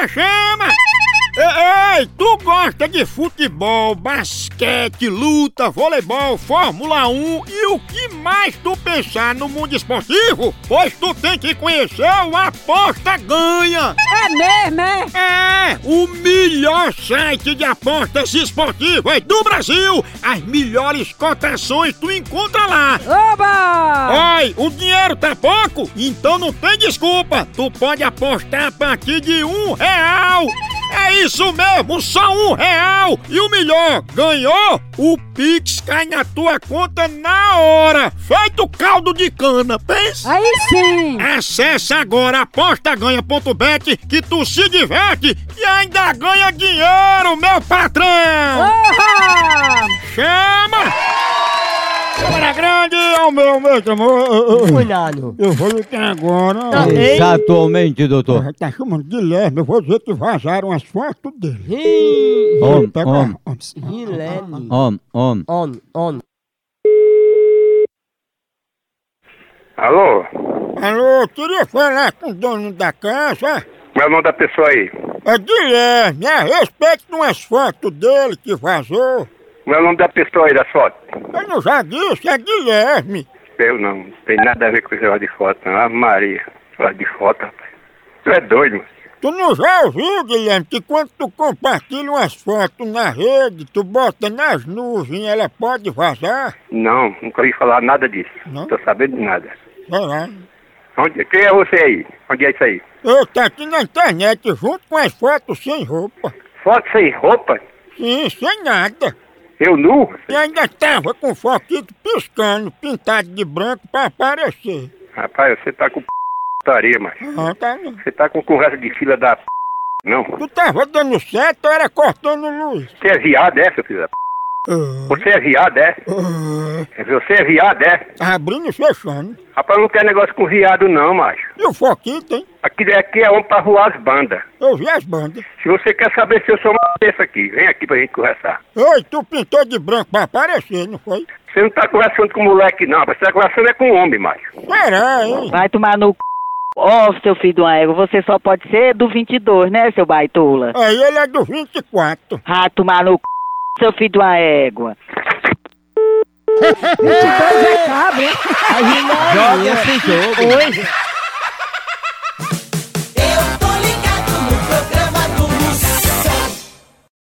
chama! Ei, tu gosta de futebol, basquete, luta, voleibol, Fórmula 1 e o que mais tu pensar no mundo esportivo? Pois tu tem que conhecer o Aposta Ganha! É mesmo, é? É, o melhor site de apostas esportivas do Brasil! As melhores cotações tu encontra lá! Oba! Oi, o dinheiro tá pouco? Então não tem desculpa! Tu pode apostar a partir de R$1! É isso mesmo, só R$1! E o melhor, ganhou? O Pix cai na tua conta na hora! Feito caldo de cana, pensa? Aí sim! Acesse agora apostaganha.bet que tu se diverte e ainda ganha dinheiro, meu patrão! Oba! Chama! Câmara grande ao meu amor! Cuidado! Eu vou ligar agora! Exatamente, doutor. Tá chamando de Guilherme, eu vou dizer que vazaram as fotos dele. Guilherme. On. Alô? Alô, queria falar com o dono da casa. Qual é o nome da pessoa aí? É Guilherme, a respeito de umas fotos dele que vazou. Qual é o nome da pessoa aí da foto? Eu não já disse, é Guilherme. Eu não tem nada a ver com esse negócio de foto, não. Ave Maria, negócio de foto, rapaz. Tu é doido, mano. Tu não já ouviu, Guilherme, que quando tu compartilha umas fotos na rede, tu bota nas nuvens, ela pode vazar? Não, nunca ouvi falar nada disso. Não? Tô sabendo de nada. Será? Quem é você aí? Onde é isso aí? Eu tá aqui na internet junto com as fotos sem roupa. Foto sem roupa? Sim, sem nada. Eu nu? E ainda tava com o foquito piscando, pintado de branco pra aparecer. Rapaz, você tá com putaria, mas Ah, tá não. você tá com conversa de fila da não. Tu tava dando certo ou era cortando luz? Você é viado, é, seu filho da Você é viado, é? Você é viado, é? Tá abrindo e fechando. Rapaz, eu não quero negócio com viado não, macho. E o foquito, hein? Aqui é homem pra voar as bandas. Eu vi as bandas. Se você quer saber se eu sou uma peça aqui, vem aqui pra gente conversar. Oi, tu pintou de branco pra aparecer, não foi? Você não tá conversando com moleque não, você tá conversando é com homem, macho. Será, hein? Vai tomar no c... Ó, seu filho de uma égua, você só pode ser do 22, né, seu baitola? Aí ele é do 24. Ah, tomar no c... seu filho de uma égua. 22 é cabra, hein? Joga esse jogo. Oi.